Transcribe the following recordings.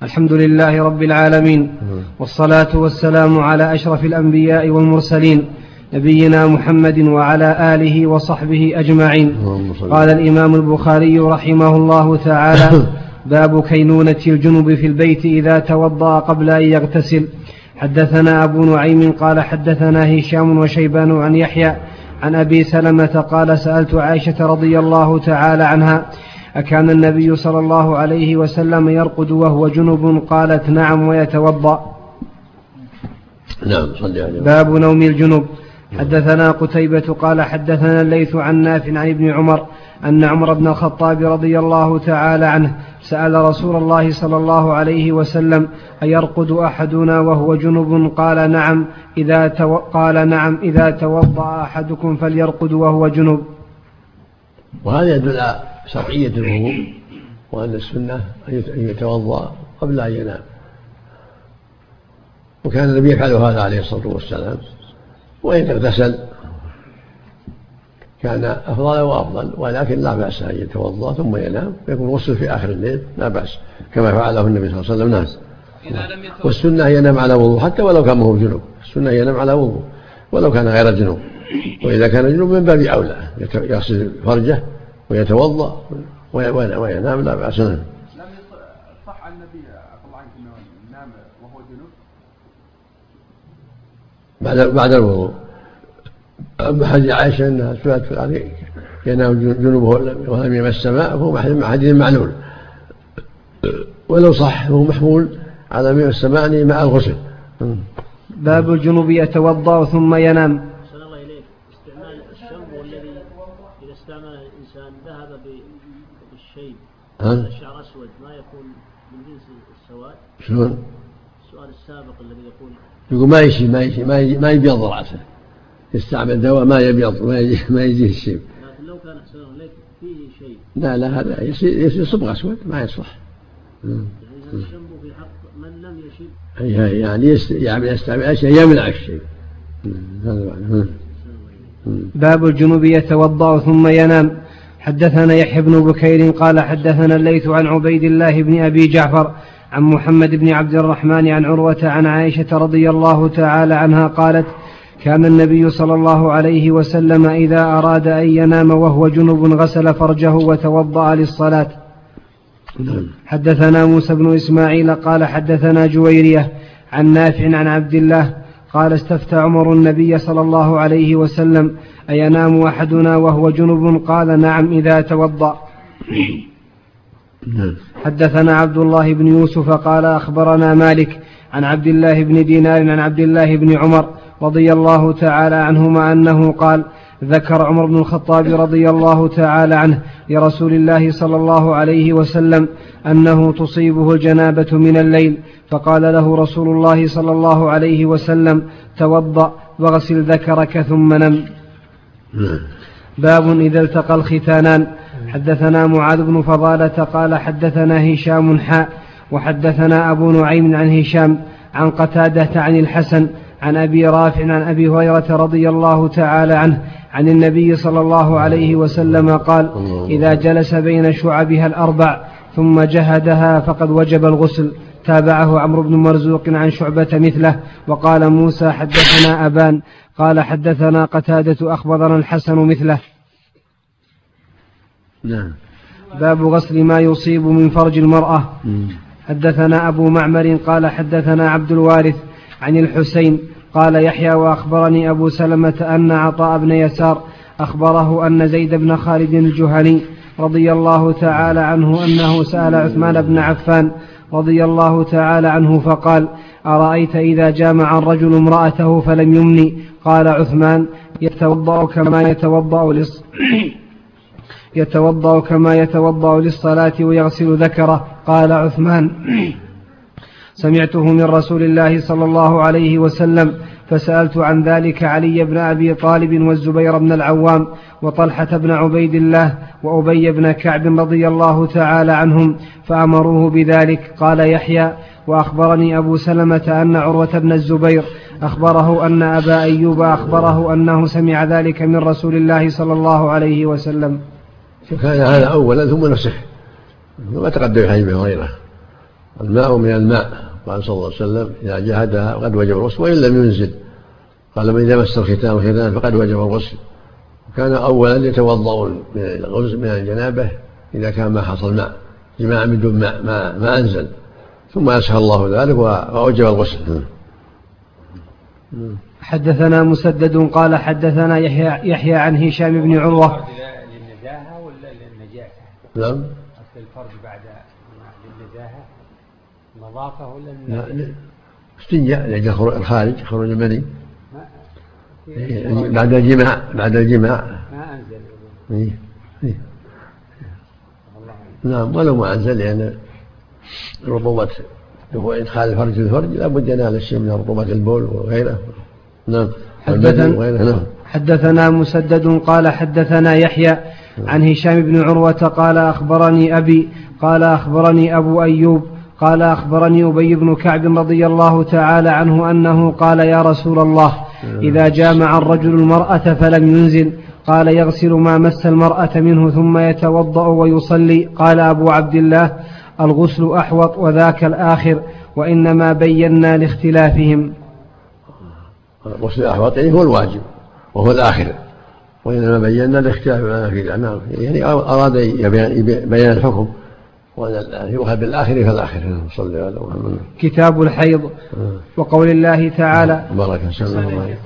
الحمد لله رب العالمين، والصلاة والسلام على أشرف الأنبياء والمرسلين نبينا محمد وعلى آله وصحبه أجمعين. قال الإمام البخاري رحمه الله تعالى: باب كينونة الجنب في البيت إذا توضأ قبل أن يغتسل. حدثنا أبو نعيم قال حدثنا هشام وشيبان عن يحيى عن أبي سلمة قال: سألت عائشة رضي الله تعالى عنها: أكان النبي صلى الله عليه وسلم يرقد وهو جنب؟ قالت: نعم ويتوضأ. نعم. صلي عليه. باب نوم الجنب. حدثنا قتيبة قال حدثنا الليث عن نافع عن ابن عمر أن عمر بن الخطاب رضي الله تعالى عنه سأل رسول الله صلى الله عليه وسلم: أيرقد أحدنا وهو جنب؟ قال: نعم إذا توضأ أحدكم فليرقد وهو جنب. وهذا يدل على شرعية الوضوء، وأن السنة أن يتوضأ قبل أن ينام، وكان النبي يفعل هذا عليه الصلاة والسلام. وإن اغتسل كان أفضل وأفضل، ولكن لا بأس أن يتوضأ ثم ينام، يكون غسل في آخر الليل لا بأس، كما فعله النبي صلى الله عليه وسلم. ناس والسنة ينام على وضوء حتى ولو كان هو جنوب، السنة ينام على وضوء ولو كان غير جنوب، وإذا كان جنوب من باب أولى يغسل فرجه ويتوضأ وينام لا بأس. لم يصح عن النبي صلى الله عليه وسلم نام وهو جنوب بعد الوضوء. أما حديث عائشة أنها سئلت عليه ينام جنوبه ولم يمس السماء، فهو حديث معلول، ولو صح هو محمول على ماء السماء مع الغسل. باب الجنوب يتوضأ ثم ينام. أحسن الله إليك. استعمال الشنب والذي إذا استعمل الإنسان ذهب بالشيب، الشعر أسود، ما يكون من جنس السواد؟ شلون؟ السؤال السابق الذي يقول ما يبيض رأسه، يستعمل دواء ما يبيض ما يجيه الشيب. لكن لو كان أحسن الله إليك فيه شيء، لا هذا يصير صبغ أسود ما يصلح. الشنب في حق من لم يشب، يعني يستعمل أشياء يمنع الشيء. باب الجنوب يتوضأ ثم ينام. حدثنا يحيى بن بكير قال حدثنا الليث عن عبيد الله بن أبي جعفر عن محمد بن عبد الرحمن عن عروة عن عائشة رضي الله تعالى عنها قالت: كان النبي صلى الله عليه وسلم إذا أراد أن ينام وهو جنب غسل فرجه وتوضأ للصلاة. حدثنا موسى بن إسماعيل قال حدثنا جويرية عن نافع عن عبد الله قال: استفتى عمر النبي صلى الله عليه وسلم: أينام أحدنا وهو جنب؟ قال: نعم إذا توضأ. حدثنا عبد الله بن يوسف قال أخبرنا مالك عن عبد الله بن دينار عن عبد الله بن عمر رضي الله تعالى عنهما أنه قال: ذكر عمر بن الخطاب رضي الله تعالى عنه لرسول الله صلى الله عليه وسلم أنه تصيبه الجنابة من الليل، فقال له رسول الله صلى الله عليه وسلم: توضأ واغسل ذكرك ثم نم. باب إذا التقى الختانان. حدثنا معاذ بن فضالة قال حدثنا هشام وحدثنا أبو نعيم عن هشام عن قتادة عن الحسن عن أبي رافع عن أبي هريرة رضي الله تعالى عنه عن النبي صلى الله عليه وسلم قال: إذا جلس بين شعبها الأربع ثم جهدها فقد وجب الغسل. تابعه عمرو بن مرزوق عن شعبة مثله. وقال موسى حدثنا أبان قال حدثنا قتادة أخبرنا الحسن مثله. باب غسل ما يصيب من فرج المرأة. حدثنا أبو معمر قال حدثنا عبد الوارث عن الحسين قال يحيى وأخبرني أبو سلمة أن عطاء بن يسار أخبره أن زيد بن خالد الجهني رضي الله تعالى عنه أنه سأل عثمان بن عفان رضي الله تعالى عنه فقال: أرأيت إذا جامع الرجل امرأته فلم يمني؟ قال عثمان: يتوضأ كما يتوضأ للصلاة ويغسل ذكره. قال عثمان: سمعته من رسول الله صلى الله عليه وسلم، فسألت عن ذلك علي بن أبي طالب والزبير بن العوام وطلحة بن عبيد الله وأبي بن كعب رضي الله تعالى عنهم فأمروه بذلك. قال يحيى: وأخبرني أبو سلمة أن عروة بن الزبير أخبره أن أبا أيوب أخبره أنه سمع ذلك من رسول الله صلى الله عليه وسلم. فكان هذا أولا ثم نصح، ما تقدم حديث أبي هريرة الماء من الماء، قال صلى الله عليه وسلم إذا جهدها فقد وجب الغسل وإن لم ينزل، قال من إذا مس الختان والختان فقد وجب الغسل. وكان أولا يتوضأ من الجنابة إذا كان ما حصل ماء، جماعة من دون ماء ما أنزل، ثم يسهل الله ذلك وأوجب الغسل. حدثنا مسدد قال حدثنا يحيى عن هشام بن عروة. للنزاهة ولا للنجاسة؟ نعم. أصل الفرد بعد للنزاهة نظافة ولا استنجاء لأجل الخارج خروج المني بعد الجماع ما أنزل. نعم ولو ما أنزل لأن الرطوبة هو إدخال الفرج في الفرج لا بد ينال الشيء من رطوبة البول وغيره. نعم. حدثنا مسدد قال حدثنا يحيى عن هشام بن عروة قال أخبرني أبي قال أخبرني أبو أيوب قال أخبرني أبي بن كعب رضي الله تعالى عنه أنه قال يا رسول الله إذا جامع الرجل المرأة فلم ينزل قال يغسل ما مس المرأة منه ثم يتوضأ ويصلي. قال أبو عبد الله الغسل أحوط وذاك الآخر وإنما بينا لاختلافهم. الغسل الأحوط يعني هو الواجب وهو الآخر وإنما بينا لاختلاف يعني أراد بيان الحكم وأن يؤخذ بالآخر فالآخر. صلى الله عليه وسلم. كتاب الحيض وقول الله تعالى بارك الله.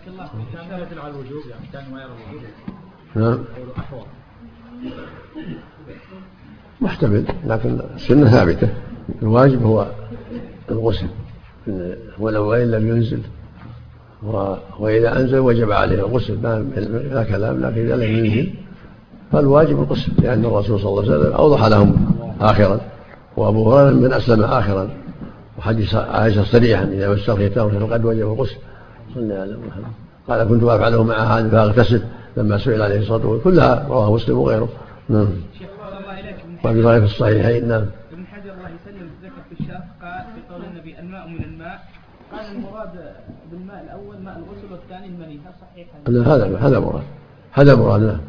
نعم محتمل لكن السنة ثابتة. الواجب هو الغسل ولو إن لم ينزل وإذا أنزل وجب عليه الغسل لا كلام. لكن إذا لم ينزل فالواجب الغسل لأن الرسول صلى الله عليه وسلم أوضح لهم آخرا وأبو هريرة من أسلم آخرا وحديث عائشة صريحا إذا مس الختان فقد وجب الغسل. صلى الله عليه وسلم. قال كنت أفعله مع هذا فأغتسل لما سئل عليه الصلاة والسلام. كلها رواه مسلم وغيره. نعم. وفي ذلك الصحيحين. نعم. ابن حجر الله يسلم ذكر في الشرح قال في قول النبي الماء من الماء قال المراد بالماء الأول ماء الغسل والثاني المني. هل صحيح؟ هذا مراد. نعم.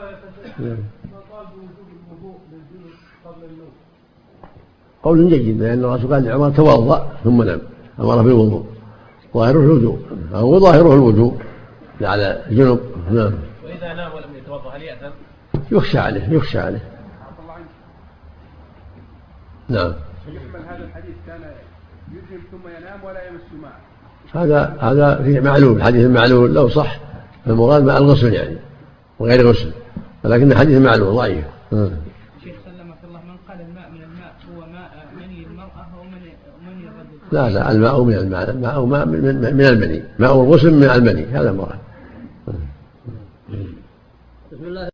قول جيد لأن الرسول قال لعمر توضأ ثم نام أمر بالوضوء ظاهره الوجوب أو ظاهره الوجوب على الجنب. نعم. وإذا نام ولم يتوضأ هل يأثم؟ يخشى عليه. نعم. يحمل هذا الحديث كان يجنب ثم ينام ولا يمس ماء. هذا في معلول. الحديث المعلول لو صح فالمراد مع الغسل يعني وغير غسل، ولكن الحديث معلول ضعيف. شيخ سلمك الله من قال الماء من الماء هو ماء مني المرأة أو مني الرجل؟ لا الماء من الماء. الماء من المني. ماء الغسل من المني هذا المراد.